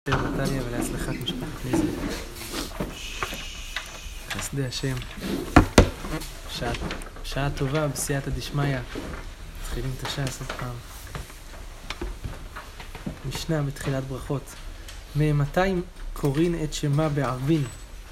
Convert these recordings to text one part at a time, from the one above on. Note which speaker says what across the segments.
Speaker 1: נתניה ולהצלחת משפחת נזרי. חסדי השם. שעה טובה בסייעתא דשמיא. מתחילים את השעה עוד פעם. משנה בתחילת ברכות. מתי קוראים את שמה בערבין?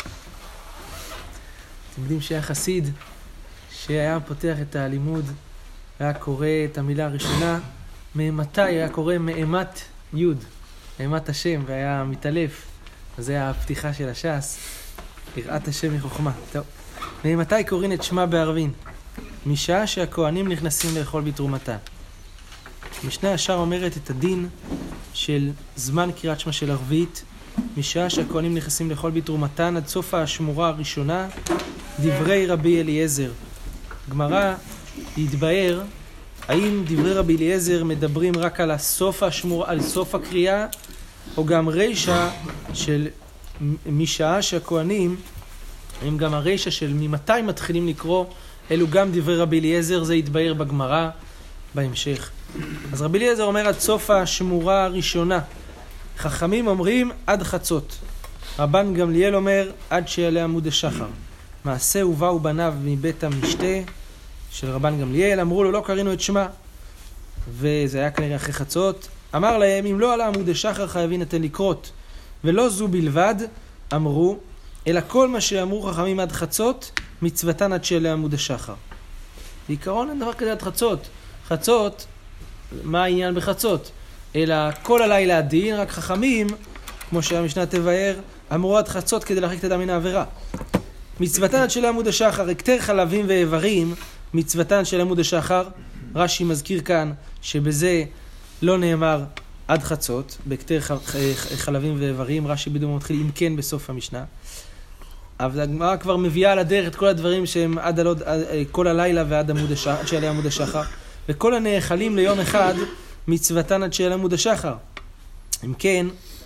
Speaker 1: אתם יודעים שהיה חסיד שהיה פותח את הלימוד, היה קורא את המילה הראשונה, מתי היה קורא מאימת יוד. נעימת השם, והיה מתעלף. אז זה היה הפתיחה של הש"ס. יראת השם מחוכמה. טוב. ממתי קוראים את שמה בערבין? משעה שהכהנים נכנסים לאכול בתרומתה. משנה ישר אומרת את הדין של זמן קריאת שמע של ערבית, משעה שהכהנים נכנסים לאכול בתרומתן עד סוף השמורה הראשונה, דברי רבי אליעזר. גמרא יתבאר האם דברי רבי אליעזר מדברים רק על סוף השמורה, על סוף הקריאה, או גם רישה של משעה שהכהנים, האם גם הרישה של ממתי מתחילים לקרוא, אלו גם דברי רבי אליעזר, זה יתבאר בגמרא בהמשך. אז רבי אליעזר אומר עד סוף השמורה הראשונה, חכמים אומרים עד חצות, רבן גמליאל אומר עד שיעלה עמוד השחר. מעשה ובאו בניו מבית המשתה של רבן גמליאל, אמרו לו לא קראנו את שמה, וזה היה כנראה אחרי חצות. אמר להם אם לא עלה עמוד השחר חייבים אתן לקרות, ולא זו בלבד אמרו, אלא כל מה שאמרו חכמים עד חצות מצוותן עד שיעלה עמוד השחר. בעיקרון אין דבר כזה עד חצות. חצות, מה העניין בחצות? אלא כל הלילה הדין, רק חכמים, כמו שהמשנה תבאר, אמרו עד חצות כדי להרחיק את האדם מן העבירה. מצוותן עד שיעלה עמוד השחר, הקטר חלבים ואיברים, מצוותן של עמוד השחר. רש"י מזכיר כאן שבזה לא נאמר עד חצות, בקטר חלבים ואיברים. רש"י בדיוק מתחיל אם כן בסוף המשנה. אבל הגמרא כבר מביאה על הדרך את כל הדברים שהם עד כל הלילה ועד עד שיעלה עמוד השחר. וכל הנאכלים ליום אחד מצוותן עד שיעלה עמוד השחר. אם כן,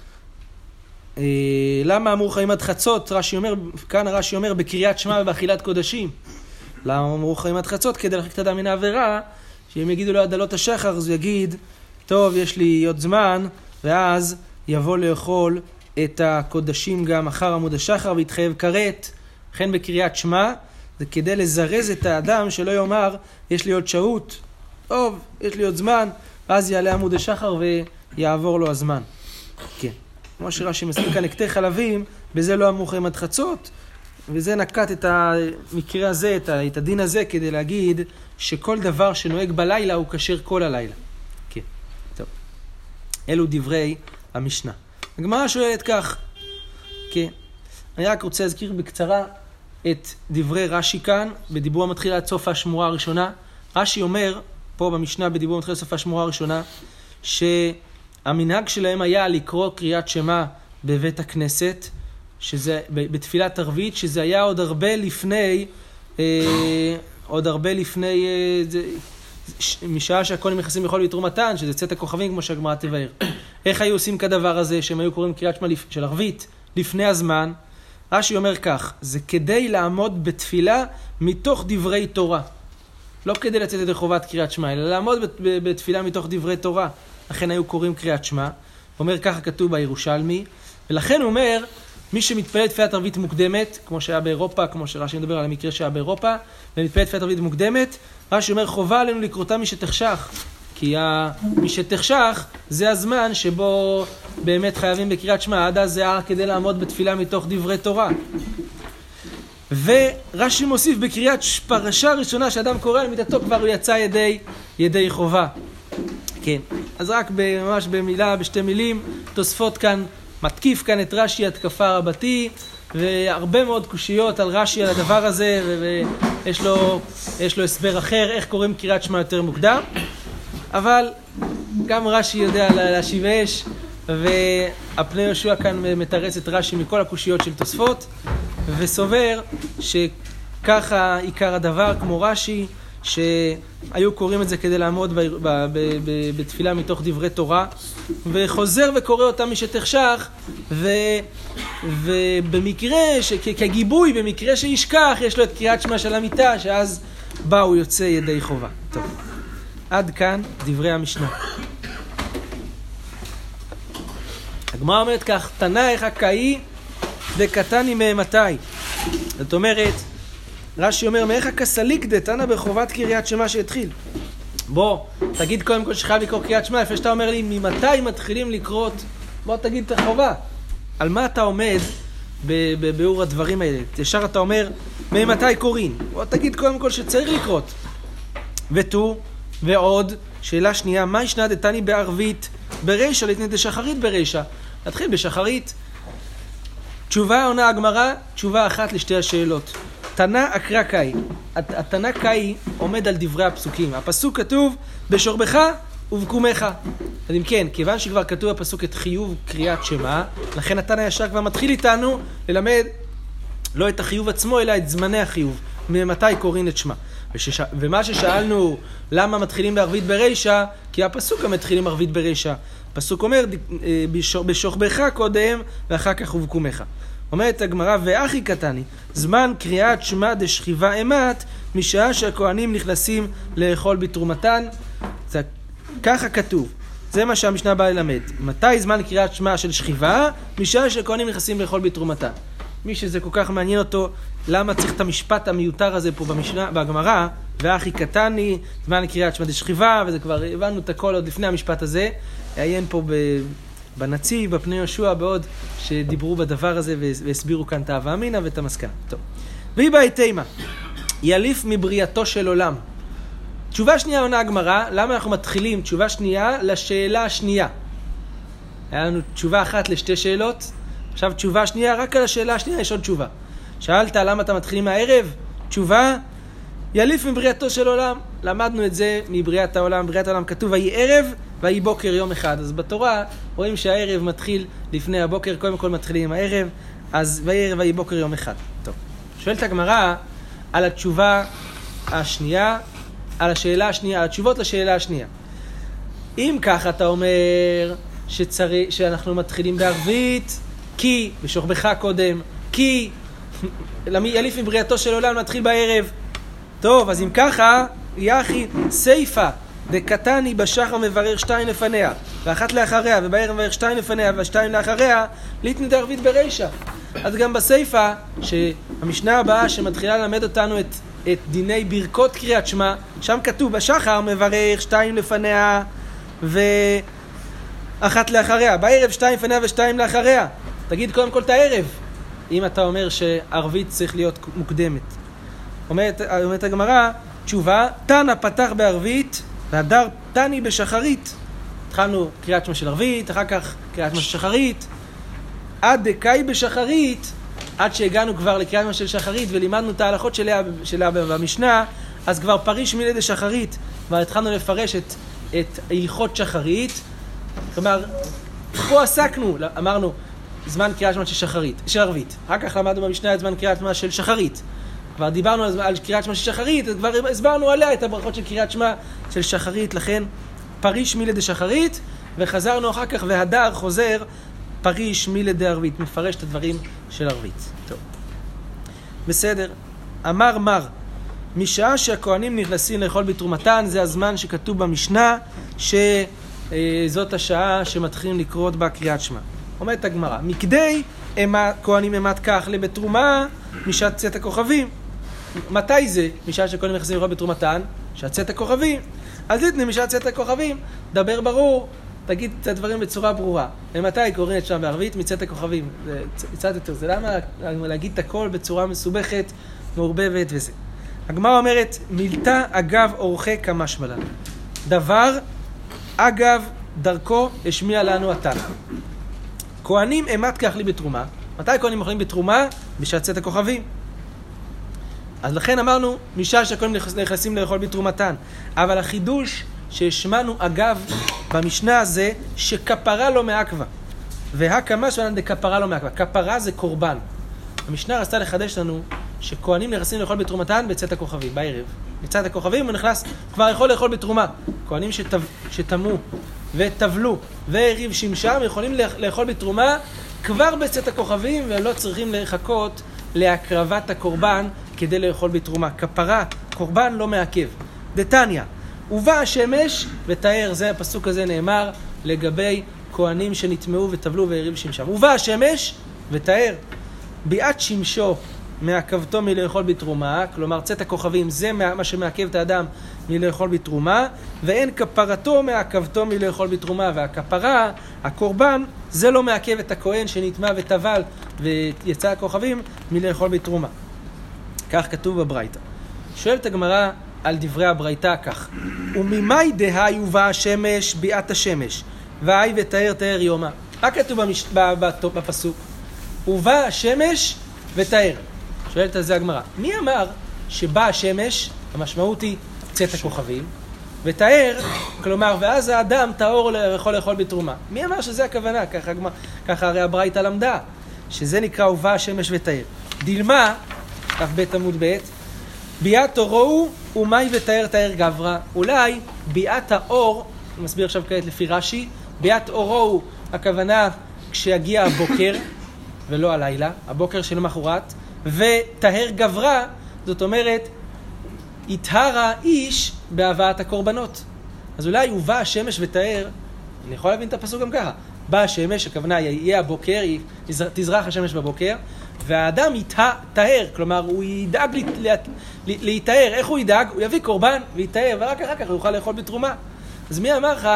Speaker 1: למה אמרו חיים עד חצות? כאן רש"י אומר בקריאת שמע ובאכילת קודשים. למה אמרו חיים עד חצות? כדי להרחיק את האדם מן העבירה, שאם יגידו לו עד עלות השחר, אז הוא יגיד, טוב, יש לי עוד זמן, ואז יבוא לאכול את הקודשים גם אחר עמוד השחר, ויתחייב כרת. לכן בקריאת שמע, זה כדי לזרז את האדם שלא יאמר, יש לי עוד שהות, טוב, יש לי עוד זמן, ואז יעלה עמוד השחר ויעבור לו הזמן. כן. כמו שרש"י מזכיר כאן, לקטר חלבים, בזה לא אמרו חיים עד חצות, וזה נקט את המקרה הזה, את הדין הזה, כדי להגיד שכל דבר שנוהג בלילה הוא כשר כל הלילה. כן, טוב. אלו דברי המשנה. הגמרא שואלת כך, כן, אני רק רוצה להזכיר בקצרה את דברי רש"י כאן, בדיבור המתחיל עד סוף השמורה הראשונה. רש"י אומר, פה במשנה, בדיבור המתחיל עד סוף השמורה הראשונה, שהמנהג שלהם היה לקרוא קריאת שמע בבית הכנסת, שזה בתפילת ערבית, שזה היה עוד הרבה לפני, משעה שהכהנים נכנסים לאכול בתרומתן, שזה צאת הכוכבים כמו שהגמרא תבאר. איך היו עושים כדבר הזה, שהם היו קוראים קריאת שמע של ערבית לפני הזמן? רש"י אומר כך, זה כדי לעמוד בתפילה מתוך דברי תורה. לא כדי לצאת ידי חובת קריאת שמע, אלא לעמוד בתפילה מתוך דברי תורה. לכן היו קוראים קריאת שמע. אומר ככה כתוב בירושלמי, ולכן הוא אומר, מי שמתפלל תפילת ערבית מוקדמת, כמו שהיה באירופה, כמו שרש"י מדבר על המקרה שהיה באירופה, ומתפלל תפילת ערבית מוקדמת, רש"י אומר חובה עלינו לקרותה משתחשך, כי משתחשך זה הזמן שבו באמת חייבים בקריאת שמע, עד אז זה היה כדי לעמוד בתפילה מתוך דברי תורה. ורש"י מוסיף בקריאת פרשה ראשונה שאדם קורא על מיטתו כבר הוא יצא ידי חובה. כן, אז רק ממש במילה, בשתי מילים, תוספות כאן, מתקיף כאן את רש"י התקפה רבתי, והרבה מאוד קושיות על רש"י על הדבר הזה, ויש לו הסבר אחר, איך קוראים קריאת שמע יותר מוקדם. אבל גם רש"י יודע להשיב אש, והפני יהושע כאן מתרץ את רש"י מכל הקושיות של תוספות, וסובר שככה עיקר הדבר, כמו רש"י, שהיו קוראים את זה כדי לעמוד בתפילה מתוך דברי תורה, וחוזר וקורא אותם משתחשך, ובמקרה, כגיבוי, במקרה שישכח, יש לו את קריאת שמע של המיטה, שאז בה הוא יוצא ידי חובה. טוב, עד כאן דברי המשנה. הגמרא אומרת כך, תנאיך קאי דקתני מאימתי. זאת אומרת, רש"י אומר, מאיך כסליק דתנא בחובת קריאת שמע שהתחיל. בוא, תגיד קודם כל שחייב לקרוא קריאת שמע, לפני שאתה אומר לי, ממתי מתחילים לקרות, בוא תגיד את החובה. על מה אתה עומד בביאור הדברים האלה? ישר אתה אומר, ממתי קוראים? בוא תגיד קודם כל שצריך לקרות. ותו, ועוד, שאלה שנייה, מה ישנה דתני בערבית ברישה, לתני דשחרית ברישה? נתחיל בשחרית. תשובה עונה הגמרא, תשובה אחת לשתי השאלות. תנא אקרא קאי. התנא קאי עומד על דברי הפסוקים. הפסוק כתוב, בשורבך ובקומך. אז אם כן, כיוון שכבר כתוב הפסוק את חיוב קריאת שמע, לכן התנא ישר כבר מתחיל איתנו ללמד לא את החיוב עצמו, אלא את זמני החיוב. ממתי קוראים את שמע. ומה ששאלנו, למה מתחילים בערבית ברישה? כי הפסוק מתחילים ערבית ברישה. הפסוק אומר, בשוכבך קודם, ואחר כך ובקומך. אומרת הגמרא, ואחי קטני, זמן קריאת שמע דשכיבה אימת, משעה שהכהנים נכנסים לאכול בתרומתן. זה ככה כתוב. זה מה שהמשנה באה ללמד. מתי זמן קריאת שמע של שכיבה? משעה שהכהנים נכנסים לאכול בתרומתן. מי שזה כל כך מעניין אותו, למה צריך את המשפט המיותר הזה פה במשנה, בגמרא, ואחי קטני, זמן קריאת שמע דשכיבה, וזה כבר הבנו את הכל עוד לפני המשפט הזה. עיין פה בנציב, בפני יהושע, בעוד שדיברו בדבר הזה והסבירו כאן את ההווה אמינא ואת המסקנה. טוב. והיא בהתאמה, יליף מבריאתו של עולם. תשובה שנייה עונה הגמרא, למה אנחנו מתחילים תשובה שנייה לשאלה השנייה? היה לנו תשובה אחת לשתי שאלות, עכשיו תשובה שנייה, רק על השאלה השנייה יש עוד תשובה. שאלת למה אתה מתחילים מהערב? תשובה, יליף מבריאתו של עולם. למדנו את זה מבריאת העולם. בריאת העולם כתוב, ויהי ערב ויהי בוקר יום אחד. אז בתורה רואים שהערב מתחיל לפני הבוקר, קודם כל מתחילים עם הערב, אז ויהי ערב ויהי בוקר יום אחד. טוב. שואלת הגמרא על התשובה השנייה, על השאלה השנייה, על התשובות לשאלה השנייה. אם ככה אתה אומר שאנחנו מתחילים בערבית, כי בשוכבך קודם, כי יליף מבריאתו של עולם מתחיל בערב. טוב, אז אם ככה, יחי סייפה דקתני בשחר מברר 2 לפניה, ואחת לאחריה, ובערב מברר 2 לפניה, ו2 לאחריה, ליתני דערבית ברישה. אז גם בסייפה, שהמשנה הבאה שמתחילה ללמד אותנו את דיני ברכות קריאת שמע, שם כתוב בשחר מברר 2 לפניה, ואחת לאחריה. בערב 2 לפניה ו2 לאחריה. תגיד קודם כל את הערב, אם אתה אומר שערבית צריך להיות מוקדמת. אומרת הגמרא, תשובה, תנא פתח בערבית, והדר תני בשחרית. התחלנו קריאת שמע של ערבית, אחר כך קריאת שמע של שחרית. עד דקאי בשחרית, עד שהגענו כבר לקריאת שמע של שחרית, ולימדנו את ההלכות שלה במשנה, אז כבר פריש מילי דשחרית, כבר התחלנו לפרש את הלכות שחרית. כלומר, פה עסקנו, אמרנו, זמן קריאת שמע של ערבית. אחר כך למדנו במשנה את זמן קריאת שמע של שחרית. כבר דיברנו על קריאת שמע של שחרית, אז כבר הסברנו עליה את הברכות של קריאת שמע של שחרית, לכן פריש מילי דשחרית, וחזרנו אחר כך, והדר חוזר פריש מילי דערבית, מפרש את הדברים של ערבית. טוב. בסדר. אמר מר, משעה שהכהנים נכנסים לאכול בתרומתן, זה הזמן שכתוב במשנה, שזאת השעה שמתחילים לקרות בה קריאת שמע. אומרת הגמרא, מקדי כהנים אימת כך לבתרומה משעת צאת הכוכבים. מתי זה? משעה שכהנים נכנסים לאכול בתרומתן, שעת צאת הכוכבים. אז ליתני משעת צאת הכוכבים, דבר ברור, תגיד את הדברים בצורה ברורה. ומתי קוראים את שם בערבית? מצאת הכוכבים. זה קצת יותר. זה למה להגיד את הכל בצורה מסובכת, מעורבבת וזה. הגמרא אומרת, מילתא אגב אורחי כמשמע לן. דבר אגב דרכו השמיע לנו התנא. כהנים אימת כך לי בתרומה. מתי כהנים אוכלים בתרומה? בשעת צאת הכוכבים. אז לכן אמרנו, משעה שהכהנים נכנסים לאכול בתרומתן. אבל החידוש שהשמענו אגב במשנה הזה, שכפרה לא מעכבה. והכמה שלנו דכפרה לא מעכבה. כפרה זה קורבן. המשנה רצתה לחדש לנו שכהנים נכנסים לאכול בתרומתן בצאת הכוכבים, בערב. בצאת הכוכבים הוא נכנס, כבר יכול לאכול בתרומה. כהנים שתמו וטבלו והריב שמשם יכולים לאכול בתרומה כבר בצאת הכוכבים, ולא צריכים לחכות להקרבת הקורבן כדי לאכול בתרומה. כפרה, קורבן לא מעכב. דתניא, ובא השמש ותאר, זה הפסוק הזה נאמר לגבי כהנים שנטמעו וטבלו והריב שמשם. ובא השמש ותאר ביאת שמשו מעכבתו מלאכול בתרומה, כלומר צאת הכוכבים זה מה שמעכב את האדם מלאכול בתרומה, ואין כפרתו מעכבתו מלאכול בתרומה, והכפרה, הקורבן, זה לא מעכב את הכהן שנטמע וטבל ויצא הכוכבים מלאכול בתרומה. כך כתוב בברייתא. שואלת הגמרא על דברי הברייתא כך, וממאי דהי ובא השמש ביאת השמש, והי ותאר תאר יומה. מה כתוב בפסוק? ובא השמש ותאר. שואלת על זה הגמרא. מי אמר שבא השמש, המשמעות היא צאת הכוכבים, ותאר, כלומר, ואז האדם טהור יכול לאכול בתרומה. מי אמר שזה הכוונה? ככה הרי הברייתא למדה, שזה נקרא ובא השמש ותאר. דילמה, כ"ב עמוד ב', ביאת אורו ומאי ותאר תאר גברא. אולי ביאת האור, אני מסביר עכשיו כעת לפי רש"י, ביאת אורו הכוונה כשיגיע הבוקר, ולא הלילה, הבוקר של מחרת, ותאר גברא, זאת אומרת, יטהר האיש בהבאת הקורבנות. אז אולי הוא בא השמש ותאר, אני יכול להבין את הפסוק גם ככה, בא השמש, הכוונה יהיה הבוקר, תזרח השמש בבוקר, והאדם יטהר, כלומר הוא ידאג להתאר. איך הוא ידאג? הוא יביא קורבן ויטהר, ורק אחר כך הוא יוכל לאכול בתרומה. אז מי אמר לך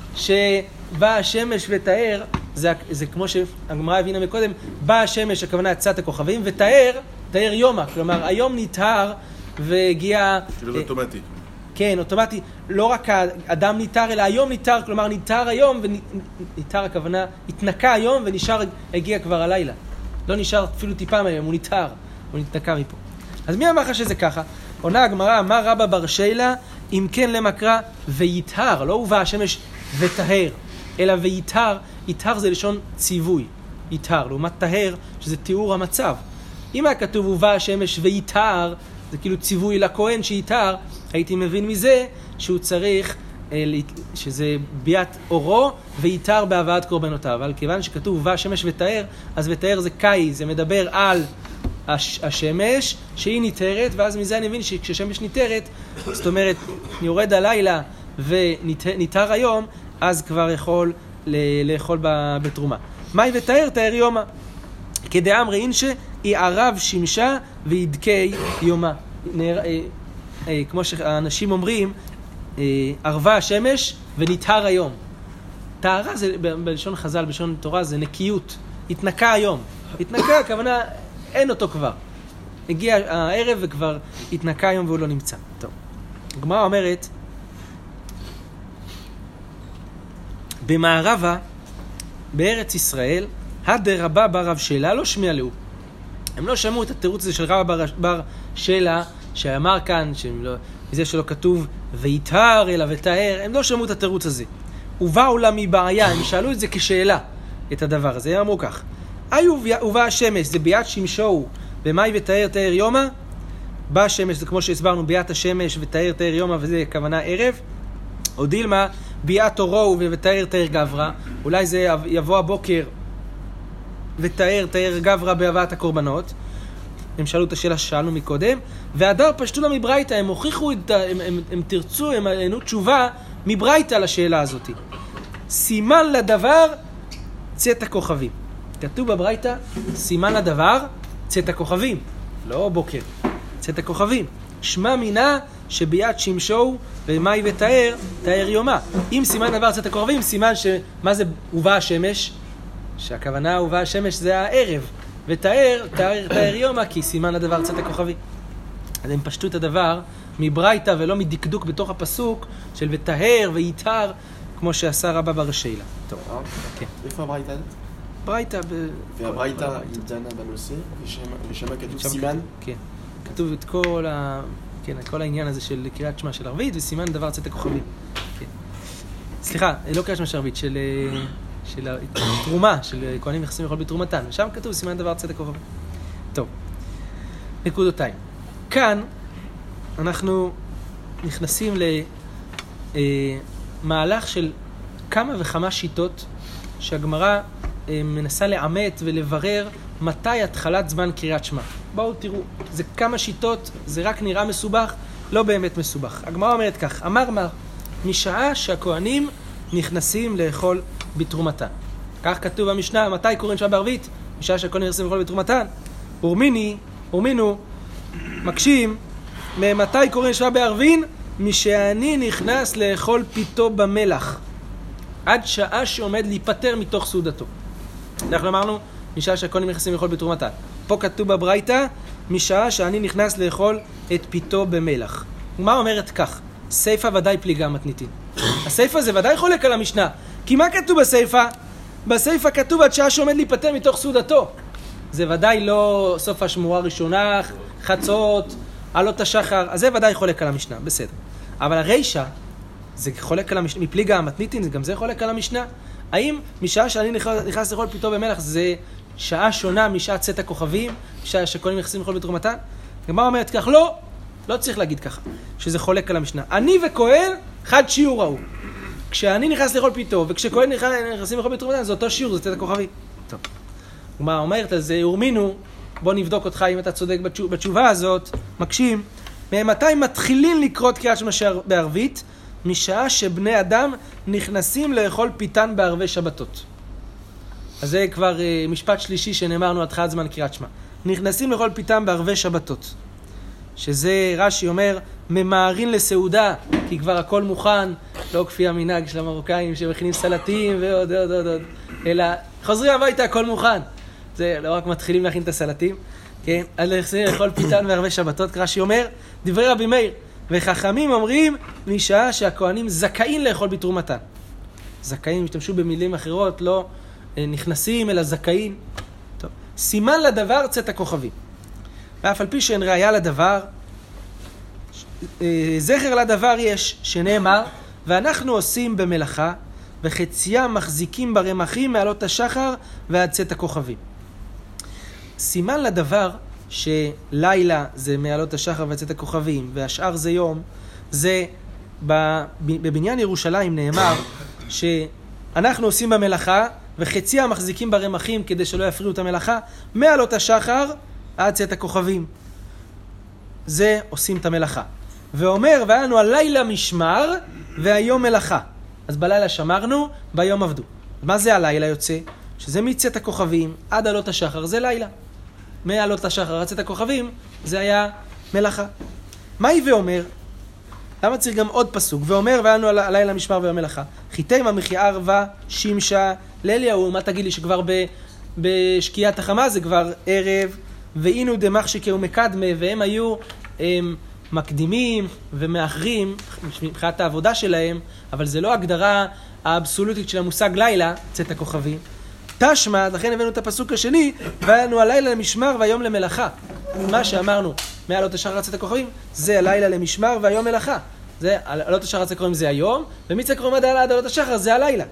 Speaker 1: שבא השמש ותאר, זה כמו שהגמרא הבינה מקודם, בא השמש, הכוונה צאת הכוכבים, ותאר, תאר יומא, כלומר היום נטהר והגיע...
Speaker 2: כאילו זה אוטומטי.
Speaker 1: כן, אוטומטי, לא רק האדם ניטר, אלא היום ניטר, כלומר ניטר היום, וניטר הכוונה, התנקה היום ונשאר, הגיע כבר הלילה. לא נשאר אפילו טיפה מהיום, הוא ניטר, הוא נתנקה מפה. אז מי אמר לך שזה ככה? עונה הגמרא, אמר רבא בר שיילה, אם כן למקרא ויטהר, לא הובא השמש וטהר, אלא ויטהר, יטהר זה לשון ציווי, יטהר, לעומת טהר, שזה תיאור המצב. אם היה כתוב הובא השמש ויטהר, זה כאילו ציווי לכהן שיטהר, הייתי מבין מזה שהוא צריך, שזה ביאת אורו ויטהר בהבאת קורבנותיו. אבל כיוון שכתוב הובא השמש ותאר, אז ותאר זה קאי, זה מדבר על השמש שהיא ניטרת, ואז מזה אני מבין שכששמש ניטרת, זאת אומרת, יורד הלילה וניטר היום, אז כבר יכול לאכול בתרומה. מאי ותאר תאר יומא. כדאמרי אינשה, היא ערב שמשה וידקי יומא. כמו שהאנשים אומרים, ערבה השמש וניטהר היום. טהרה זה בלשון חז"ל, בלשון תורה, זה נקיות. התנקה היום. התנקה, הכוונה, אין אותו כבר. הגיע הערב וכבר התנקה היום והוא לא נמצא. טוב. הגמרא אומרת, במערבה, בארץ ישראל, הדרבה ברב שלה לא שמיע לו. הם לא שמעו את התירוץ הזה של רבא בר שלה, שאמר כאן, מזה שלא כתוב ויטהר אלא ותאר, הם לא שמעו את התירוץ הזה. ובאו לה מבעיה, הם שאלו את זה כשאלה, את הדבר הזה, הם אמרו כך, ובא השמש, זה ביאת שמשו, במאי ותאר תאר יומא, בא השמש, זה כמו שהסברנו, ביאת השמש ותאר תאר יומא, וזה הכוונה ערב, או דילמה, ביאת אורו ותאר תאר גברא, אולי זה יבוא הבוקר, ותאר תאר גברא בהבאת הקורבנות, הם שאלו את השאלה ששאלנו מקודם, והדר פשטו לה מברייתא, הם הוכיחו, הם תרצו, הם ענו תשובה מברייתא לשאלה הזאת. סימן לדבר, צאת הכוכבים. כתוב בברייתא, סימן לדבר, צאת הכוכבים. לא בוקר, צאת הכוכבים. שמע מינה שביאת שמשו ומאי ותאר, תאר יומא. אם סימן דבר צאת הכוכבים, סימן שמה זה הובא השמש? שהכוונה הובא השמש זה הערב. ותאר, תאר יומא, כי סימן הדבר צאת הכוכבים. אז הם פשטו את הדבר מברייתא ולא מדקדוק בתוך הפסוק של ותאר ויטהר, כמו שעשה רבא בר שיילה. טוב, כן.
Speaker 2: איפה הברייתא?
Speaker 1: ברייתא
Speaker 2: והברייתא היא דנה בנושא, ושם כתוב סימן?
Speaker 1: כן. כתוב את כל העניין הזה של קריאת שמע של ערבית, וסימן דבר צאת הכוכבים. כן. סליחה, לא קריאת שמע של ערבית, של התרומה, של כהנים נכנסים לאכול בתרומתן. שם כתוב סימן דבר צאת הכוכבים. טוב, נקודותיים. כאן אנחנו נכנסים למהלך של כמה וכמה שיטות שהגמרא מנסה לעמת ולברר מתי התחלת זמן קריאת שמע. בואו תראו, זה כמה שיטות, זה רק נראה מסובך, לא באמת מסובך. הגמרא אומרת כך, אמר משעה שהכהנים נכנסים לאכול בתרומתן. כך כתוב במשנה, מתי קוראים שעה בערבית? בשעה שהכהנים נכנסים לאכול בתרומתן. ורמינו, מקשים, מתי קוראים שעה בערבין? משעני נכנס לאכול פיתו במלח, עד שעה שעומד להיפטר מתוך סעודתו. אנחנו אמרנו, משעה שהכהנים נכנסים לאכול בתרומתן. פה כתוב בברייתא, משעה שאני נכנס לאכול את פיתו במלח. ומה אומרת כך? סייפה ודאי פליגה מתניתין. הסייפה זה ודאי חולק על המשנה. כי מה כתוב בסייפה? בסייפה כתוב עד שעה שעומד להיפטר מתוך סעודתו. זה ודאי לא סוף השמורה הראשונה, חצות, עלות השחר. אז זה ודאי חולק על המשנה, בסדר. אבל הרישה, זה חולק על המשנה, מפליגה המתניתין, גם זה חולק על המשנה. האם משעה שאני נכנס לאכול פיתו במלח זה שעה שונה משעה צאת הכוכבים, משעה שכהנים נכנסים לאכול בתרומתן? הגמרא אומרת כך, לא צריך להגיד ככה, שזה חולק על המשנה. אני וכהן, חד שיעור ראו. כשאני נכנס לאכול פיתו, וכשכהן נכנסים לאכול בתרומתן, זה אותו שיעור, זה צאת הכוכבים. טוב. הגמרא אומרת, אז ורמינו, בוא נבדוק אותך אם אתה צודק בתשובה הזאת, מקשים, מתי מתחילים לקרוא קריאת שמע בערבית? משעה שבני אדם נכנסים לאכול פיתן בערבי שבתות. אז זה כבר משפט שלישי שנאמרנו עד חד זמן קריאת שמע. נכנסים לאכול פיתן בערבי שבתות. שזה רש"י אומר, ממהרין לסעודה, כי כבר הכל מוכן, לא כפי המנהג של המרוקאים שמכינים סלטים ועוד, אלא חוזרים הביתה, הכל מוכן. זה לא רק מתחילים להכין את הסלטים, כן? אז נכנסים לאכול פיתן בערבי שבתות, רש"י אומר, דברי רבי מאיר, וחכמים אומרים משעה שהכהנים זכאים לאכול בתרומתן. זכאים, השתמשו במילים אחרות, לא נכנסים אלא זכאים. טוב. סימן לדבר צאת הכוכבים. ואף על פי שאין ראיה לדבר, זכר לדבר יש שנאמר, ואנחנו עושים במלאכה, וחציה מחזיקים ברמחים מעלות השחר ועד צאת הכוכבים. סימן לדבר שלילה זה מעלות השחר ועד צאת הכוכבים, והשאר זה יום, זה בבניין ירושלים נאמר שאנחנו עושים במלאכה, וחציה מחזיקים ברמחים כדי שלא יפריעו את המלאכה, מעלות השחר עד צאת הכוכבים. זה עושים את המלאכה. ואומר, והיה לנו הלילה משמר והיום מלאכה. אז בלילה שמרנו, ביום עבדו. מה זה הלילה יוצא? שזה מצאת הכוכבים עד עלות השחר, זה לילה. מעלות השחר עד צאת הכוכבים, זה היה מלאכה. מהי ואומר? למה צריך גם עוד פסוק? ואומר, והיה לנו הלילה משמר והיום מלאכה. חיתי ממחי ערבה, שמשה, לאליהו, מה תגיד לי שכבר בשקיעת החמה זה כבר ערב, ואינו דמחשיקה ומקדמה, והם היו מקדימים ומאחרים מבחינת העבודה שלהם, אבל זה לא הגדרה האבסולוטית של המושג לילה, צאת הכוכבים. תשמע, לכן הבאנו את הפסוק השני, והיה לנו הלילה למשמר והיום למלאכה. מה שאמרנו, מעלות השחר עד צאת הכוכבים, זה הלילה למשמר והיום מלאכה. זה עלות השחר עד צאת הכוכבים זה היום, ומצאת הכוכבים עד עלות השחר זה הלילה.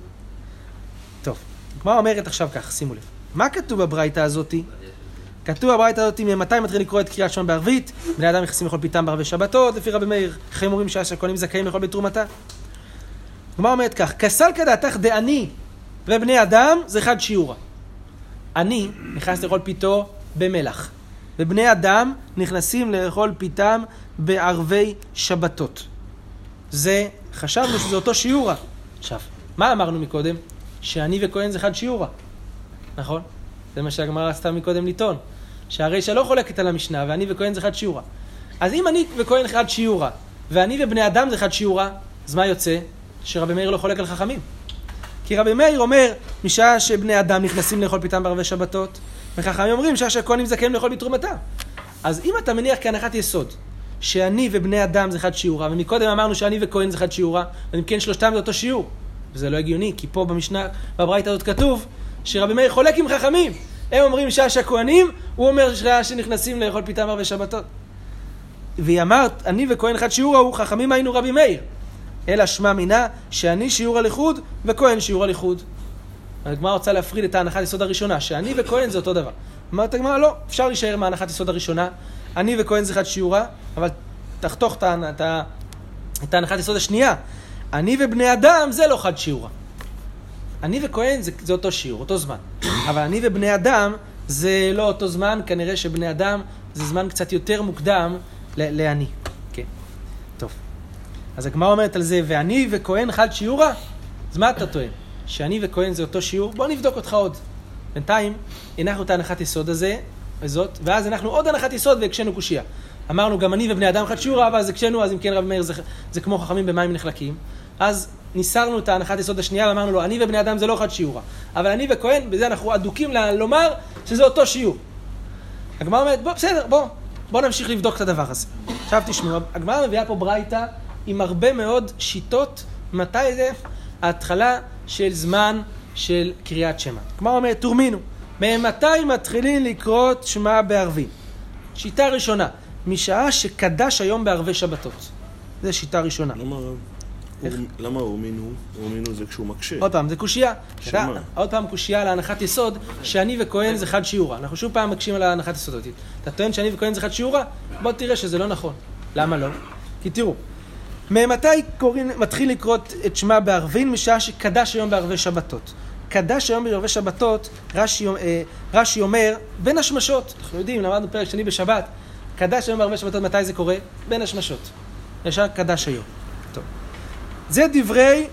Speaker 1: טוב, מה אומרת עכשיו כך? שימו לב. מה כתוב בברייתא הזאתי? כתוב בברייתא הזאתי, ממתי מתחיל לקרוא את קריאת שמע בערבית? בני אדם נכנסים לאכול פיתם בערבי שבתות, לפי רבי מאיר, חמורים שהכהנים זכאים לאכול בתרומתה. מה אומרת כך? כסל כדעתך דעני ובני אדם זה חד שיעורה. אני נכנס לאכול פיתו במלח, ובני אדם נכנסים לאכול פיתם בערבי שבתות. זה, חשבנו שזה אותו שיעורה. עכשיו, מה אמרנו מקודם? שאני וכהן זה חד שיעורה. נכון? זה מה שהגמרא עשתה מקודם לטעון. שהרישא לא חולקת על המשנה, ואני וכהן זה חד שיעורה. אז אם אני וכהן חד שיעורה, ואני ובני אדם זה חד שיעורה, אז מה יוצא? שרבי מאיר לא חולק על חכמים. כי רבי מאיר אומר, משעה שבני אדם נכנסים לאכול פיתם בערבי שבתות, וחכמים אומרים שהכהנים זכאים לאכול בתרומתם. אז אם אתה מניח כהנחת יסוד, שאני ובני אדם זה חד שיעורה, ומקודם אמרנו שאני וכהן זה חד שיעורה, ואם כן שלושתם זה אותו שיעור. וזה לא הגיוני, כי פה במשנה, בברייתא הזאת כתוב, שרבי מאיר חולק עם חכמים. הם אומרים שהכהנים, הוא אומר שנכנסים לאכול פיתם בערבי שבתות. והיא אמרת, אני וכהן חד שיעורה, הוא חכמים היינו רבי מאיר. אלא שמה מינה שאני שיעור הליכוד וכהן שיעור הליכוד. הגמרא רוצה להפריד את ההנחת יסוד הראשונה, שאני וכהן זה אותו דבר. אמרת הגמרא, לא, אפשר להישאר מההנחת יסוד הראשונה, אני וכהן זה חד שיעורה, אבל תחתוך את ההנחת יסוד השנייה. אני ובני אדם זה לא חד שיעורה. אני וכהן זה אותו שיעור, אותו זמן. אבל אני ובני אדם זה לא אותו זמן, כנראה שבני אדם זה זמן קצת יותר מוקדם לעני. כן, טוב. אז הגמרא אומרת על זה, ואני וכהן חד שיעורה? אז מה אתה טוען? שאני וכהן זה אותו שיעור, בוא נבדוק אותך עוד. בינתיים, הנחנו את ההנחת יסוד הזאת, ואז הנחנו עוד הנחת יסוד והקשנו קושיה. אמרנו, גם אני ובני אדם חד שיעורה, אבל אז הקשנו, אז אם כן רב מאיר זה כמו חכמים במים נחלקים. אז ניסרנו את ההנחת יסוד השנייה, ואמרנו לו, אני ובני אדם זה לא חד שיעורה. אבל אני וכהן, בזה אנחנו אדוקים לומר שזה אותו שיעור. הגמרא אומרת, בסדר, בוא נמשיך לבדוק את הדבר הזה. עכשיו תשמעו, הגמרא מביאה פה ברייתא עם הרבה מאוד שיטות, מתי זה ההתחלה של זמן של קריאת שמע. הגמרא אומרת, תורמינו, ממתי מתחילים לקרות שמע בערבים? שיטה ראשונה, משעה שקדש היום בערבי שבתות. זו שיטה ראשונה.
Speaker 3: למה הורמינו? הורמינו זה כשהוא מקשה.
Speaker 1: עוד פעם, זה קושייה.
Speaker 3: שמה?
Speaker 1: עוד פעם קושייה להנחת יסוד, שאני וכהן זה חד שיעורה. אנחנו שוב פעם מקשים על ההנחת יסוד. אתה טוען שאני וכהן זה חד שיעורה? בוא תראה שזה לא נכון. למה לא? כי תראו, ממתי מתחיל לקרות את שמע בערבין? משעה שקדש היום בערבי שבתות. קדש היום בערבי שבתות, רש"י אומר, בין השמשות. אנחנו יודעים, למדנו פרק שני בשבת. קדש היום בערבי שבתות, מתי זה קורה? בין השמשות. ישר קדש היום. טוב. זה דברי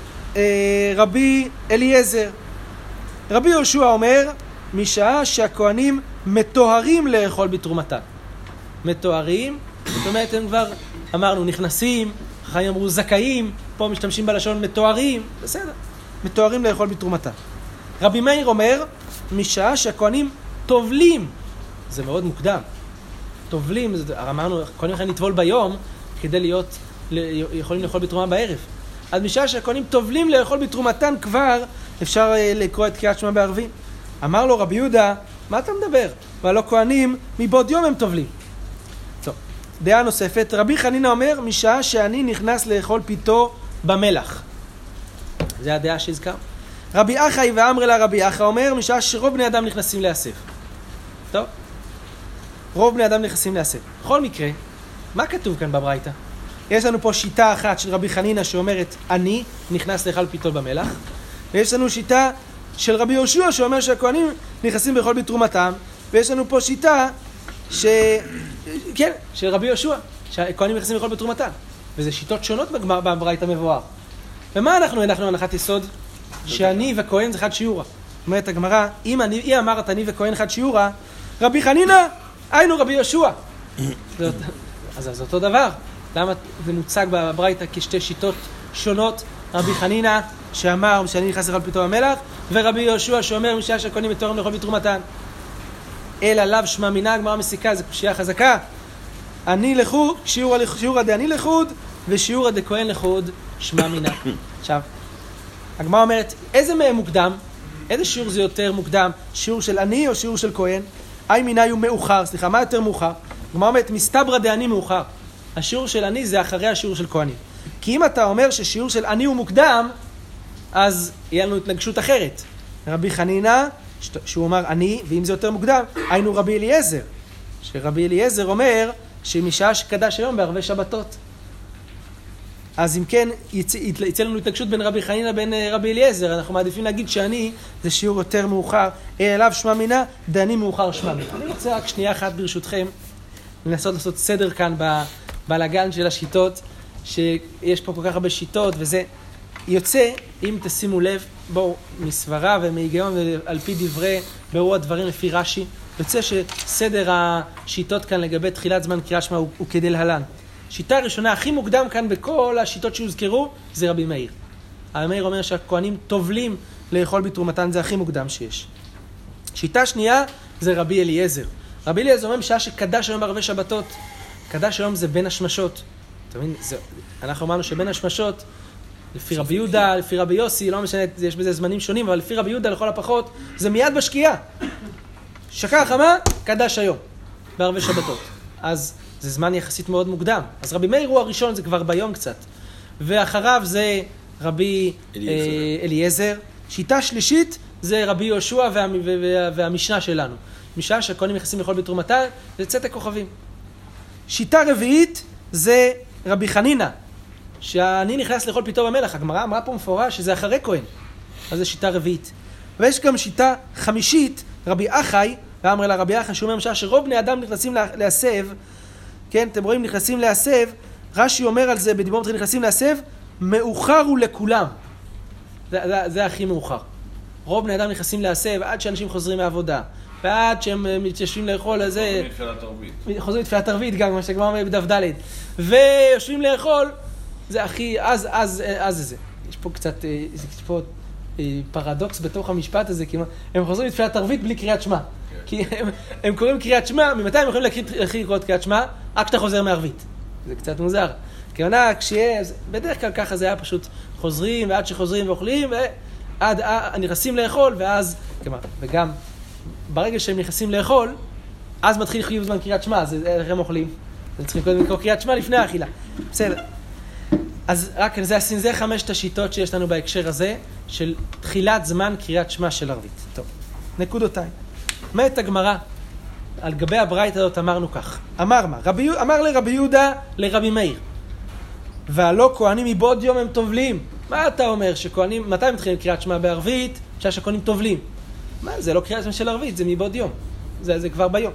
Speaker 1: רבי אליעזר. רבי יהושע אומר, משעה שהכהנים מתוארים לאכול בתרומתם. מתוארים, זאת אומרת, הם כבר אמרנו, נכנסים, חיים אמרו זכאים, פה משתמשים בלשון מתוארים, בסדר, מתוארים לאכול בתרומתם. רבי מאיר אומר, משעה שהכהנים טובלים, זה מאוד מוקדם, טובלים, אמרנו, כהנים יכולים לטבול ביום, כדי להיות, יכולים לאכול בתרומה בערב. אז משעה שהכהנים טובלים לאכול בתרומתם כבר, אפשר לקרוא את קריאת שמע בערבים. אמר לו רבי יהודה, מה אתה מדבר? והלא כהנים, מבעוד יום הם טובלים. טוב, דעה נוספת, רבי חנינא אומר, משעה שאני נכנס לאכול פיתו במלח. זה הדעה שהזכר. רבי אחי ואמרי לה רבי אחי אומר, משעה שרוב בני אדם נכנסים להסף. טוב, רוב בני אדם נכנסים להסף. בכל מקרה, מה כתוב כאן בברייתא? יש לנו פה שיטה אחת של רבי חנינא שאומרת, אני נכנס לאכול פיתו במלח, ויש לנו שיטה של רבי יהושע שאומר שהכהנים נכנסים לאכול בתרומתם, ויש לנו פה שיטה של רבי יהושע, שהכהנים נכנסים לאכול בתרומתם. וזה שיטות שונות בברייתא מבואר. ומה אנחנו הנחת יסוד? שאני וכהן זה חד שיעורה. אומרת הגמרא, אם אמרת אני וכהן חד שיעורה, רבי חנינא, היינו רבי יהושע. אז זה אותו דבר. למה זה מוצג בברייתא כשתי שיטות שונות? רבי חנינא שאמר שאני נכנס לאכול פיתו במלח, ורבי יהושע שאומר משעה שהכהנים מתוארים לאכול בתרומתן. אלא לאו שמע מינא, הגמרא מסיקה, זו קושייה חזקה. אני לחוד, שיעורא דאני לחוד, ושיעורא דכהן לחוד, שמע מינא. עכשיו, הגמרא אומרת, איזה מהם מוקדם? איזה שיעור זה יותר מוקדם? שיעור של אני או שיעור של כהן? אי מינא הוא מאוחר, מה יותר מאוחר? הגמרא אומרת, מסתברא דאני מאוחר. השיעור של אני זה אחרי השיעור של כהנים. כי אם אתה אומר ששיעור של אני הוא מוקדם, אז יהיה לנו התנגשות אחרת. רבי חנינא, שהוא אמר אני, ואם זה יותר מוקדם, היינו רבי אליעזר. שרבי אליעזר אומר שמשעה שקדש היום בערבי שבתות. אז אם כן, יצא לנו התנגשות בין רבי חנינא לבין רבי אליעזר. אנחנו מעדיפים להגיד שאני זה שיעור יותר מאוחר. אליו שמע מינא, דאני מאוחר שמע מינא. אני רוצה רק שנייה אחת ברשותכם, לנסות לעשות סדר כאן בלגן של השיטות, שיש פה כל כך הרבה שיטות, וזה יוצא, אם תשימו לב, בואו, מסברה ומהיגיון ועל פי דברי ברור הדברים לפי רש"י, יוצא שסדר השיטות כאן לגבי תחילת זמן קריאת שמע הוא כדלהלן. שיטה ראשונה הכי מוקדם כאן בכל השיטות שהוזכרו, זה רבי מאיר. רבי מאיר אומר שהכהנים טובלים לאכול בתרומתן, זה הכי מוקדם שיש. שיטה שנייה זה רבי אליעזר. רבי אליעזר אומר בשעה שקדש היום בערבי שבתות, קדש היום זה בין השמשות. אתה מבין? אנחנו אמרנו שבין השמשות, לפי רבי יהודה, לפי רבי יוסי, לא משנה, יש בזה זמנים שונים, אבל לפי רבי יהודה לכל הפחות, זה מיד בשקיעה. שקע חמה, קדש היום, בערבי שבתות. אז זה זמן יחסית מאוד מוקדם. אז רבי מאיר הוא הראשון, זה כבר ביום קצת. ואחריו זה רבי אליעזר. שיטה שלישית זה רבי יהושע והמשנה שלנו. משעה שהכהנים נכנסים לאכול בתרומתן, זה צאת הכוכבים. שיטה רביעית זה רבי חנינא, שאני נכנס לאכול פיתו במלח. הגמרא אמרה פה מפורש שזה אחרי כהן. אז זה שיטה רביעית. ויש גם שיטה חמישית, רבי אחי, ואמר לה רבי אחי, שהוא אומר משעה שרוב בני אדם נכנסים להסב, כן, אתם רואים, נכנסים להסב, רש"י אומר על זה, בדיבור מתחיל נכנסים להסב, מאוחר הוא לכולם. זה הכי מאוחר. רוב בני אדם נכנסים להסב עד שאנשים חוזרים מהעבודה, ועד שהם מתיישבים לאכול לזה... חוזרים מתפילת ערבית גם, מה שכבר אומר בדף ד' ויושבים לאכול, זה הכי... אז זה. יש פה קצת... יש פה פרדוקס בתוך המשפט הזה, כי הם חוזרים מתפילת ערבית בלי קריאת שמע. כי הם קוראים קריאת שמע, ממתי הם יכולים להתחיל לקרוא את קריאת שמע? עד שאתה חוזר מערבית. זה קצת מוזר. כי בדרך כלל ככה זה היה פשוט חוזרים, ועד שחוזרים ואוכלים, ועד נכנסים לאכול, ואז, וגם ברגע שהם נכנסים לאכול, אז מתחיל חיוב זמן קריאת שמע, אז איך הם אוכלים? הם צריכים קודם לקרוא קריאת שמע לפני האכילה. בסדר. אז רק זה 5 השיטות שיש לנו בהקשר הזה, של תחילת זמן קריאת שמע של ערבית. טוב, נקודותיים. אומרת הגמרא, על גבי הברייתא הזאת אמרנו כך. אמר לרבי יהודה לרבי מאיר, והלא כהנים מבעוד יום הם טובלים. מה אתה אומר שכהנים, מתי מתחילים קריאת שמע בערבית? שהכהנים טובלים. מה, זה לא קריאת שמע של ערבית, זה מבעוד יום. זה כבר ביום.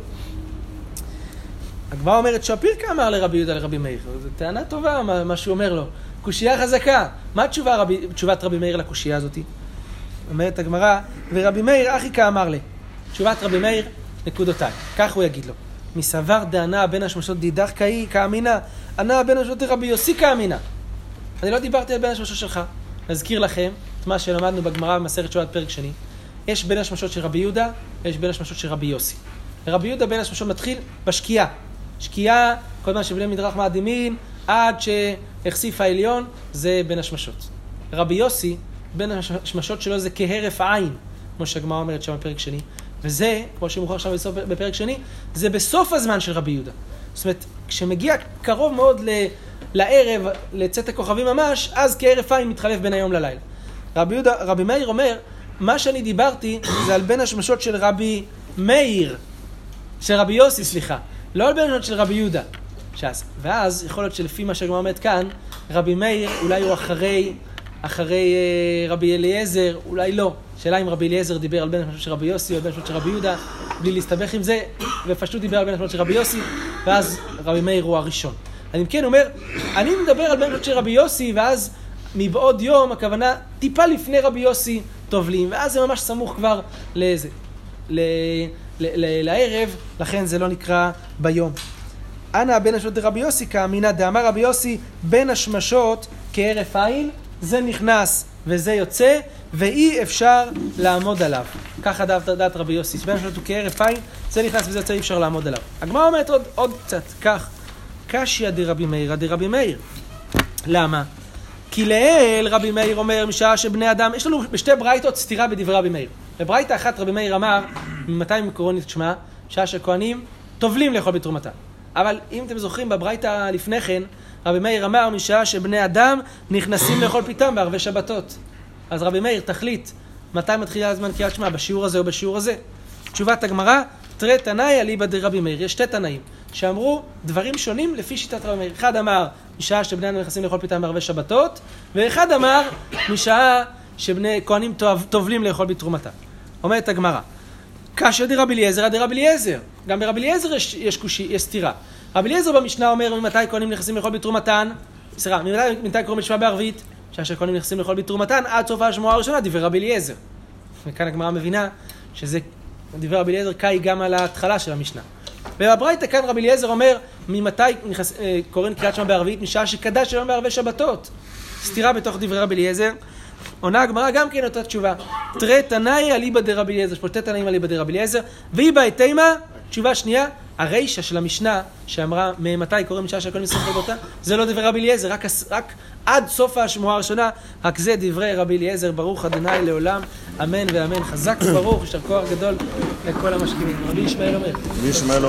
Speaker 1: הגמרא אומרת שפירקא אמר לרבי יהודה לרבי מאיר. זו טענה טובה מה שהוא אומר לו. קושייה חזקה. מה תשובת רבי מאיר לקושייה הזאת? אומרת הגמרא, ורבי מאיר אחיקה אמר לי. תשובת רבי מאיר, נקודותיים. כך הוא יגיד לו. מסבר דענה בין השמשות דידך קאי כאמינה, ענה בין השמשות רבי יוסי כאמינה. אני לא דיברתי על בין השמשות שלך. נזכיר לכם את מה שלמדנו בגמרא במסכת שבת פרק שני. יש בין השמשות של רבי יהודה, יש בין השמשות של רבי יוסי. רבי יהודה בין השמשות מתחיל בשקיעה. שקיעה, כל מה שבני מדרך מאדימין, עד שהחשיף העליון, זה בין השמשות. רבי יוסי, בין השמשות שלו זה כהרף עין, כמו שהגמרא אומרת שם בפרק שני. וזה, כמו שמוכר שם בפרק שני, זה בסוף הזמן של רבי יהודה. זאת אומרת, כשמגיע קרוב מאוד לערב, לצאת הכוכבים ממש, אז כהרף עין מתחלף בין היום ללילה. רבי מאיר אומר, מה שאני דיברתי זה על בין השמשות של רבי מאיר, של רבי יוסי, סליחה. לא על בין השמשות של רבי יהודה. ואז יכול להיות שלפי מה שהגמרא אומרת כאן, רבי מאיר אולי הוא אחרי רבי אליעזר, אולי לא. שאלה אם רבי אליעזר דיבר על בין השמשות של רבי יוסי או בין השמשות של רבי יהודה, בלי להסתבך עם זה, ופשוט דיבר על בין השמשות של רבי יוסי, ואז רבי מאיר הוא הראשון. אני כן אומר, אני מדבר על בין השמשות של רבי יוסי, ואז מבעוד יום, הכוונה טיפה לפני רבי יוסי טובלים, ואז זה ממש סמוך כבר לערב, לכן זה לא נקרא ביום. אנא בין השמשות רבי יוסי כאמינה, דאמר רבי יוסי בין השמשות כהרף עין, זה נכנס וזה יוצא, ואי אפשר לעמוד עליו. ככה דעת רבי יוסי, בין השמשות הוא כהרף עין, זה נכנס וזה יוצא, אי אפשר לעמוד עליו. הגמרא אומרת עוד קצת, כך, קשיא דרבי מאיר, דרבי מאיר. למה? כי לעיל רבי מאיר אומר, משעה שבני אדם, יש לנו בשתי ברייתות סתירה בדברי רבי מאיר. בברייתא אחת רבי מאיר אמר, ממתי הם קוראים את שמה, שעה שכהנים טובלים לאכול בתרומתם. אבל אם אתם זוכרים, בברייתא לפני כן, רבי מאיר אמר, משעה שבני אדם נכנסים לאכול פיתם בערבי שבתות. אז רבי מאיר תחליט, מתי מתחילה הזמן קריאת שמע, בשיעור הזה או בשיעור הזה? תשובת הגמרא, תראה תנאי אליבא דרבי מאיר. יש שתי תנאים שאמרו דברים שונים לפי שיטת רבי מאיר. אחד אמר, משעה שבני אדם נכנסים לאכול פיתם בערבי שבתות, ואחד אמר, משעה שבני כהנים טובלים לאכול בתרומתם. אומרת הגמרא, קשיא דרבי אליעזר דרבי אליעזר. גם ברבי אליעזר יש סתירה. רבי אליעזר במשנה אומר, ממתי כהנים נכנסים לאכול בתרומתן? ממתי קוראים את שמע בערבית? שהכהנים נכנסים לאכול בתרומתן עד סוף השמועה הראשונה, דברי רבי אליעזר. וכאן הגמרא מבינה שזה דברי רבי אליעזר קאי גם על ההתחלה של המשנה. ובברייתא כאן רבי אליעזר אומר, ממתי קוראים קריאת שמע בערבית? משעה שקדש היום בערבי שבתות. סתירה בתוך דברי רבי אליעזר. עונה הגמרא גם כן אותה תשובה. תראה תנאי אליבא דרבי אליעזר, פה שתי תנאים אליבא דרבי אליעזר, והיא בהתאמה, תשובה שנייה, הרישה של המשנה שאמרה ממתי קוראים משעה שהכהנים נכנסים לאכול בתרומתם, זה לא דברי רבי אליעזר, רק עד סוף השמועה הראשונה, רק זה דברי רבי אליעזר, ברוך ה' לעולם, אמן ואמן. חזק וברוך, יישר כוח גדול לכל המשכימים. רבי ישמעאל אומר.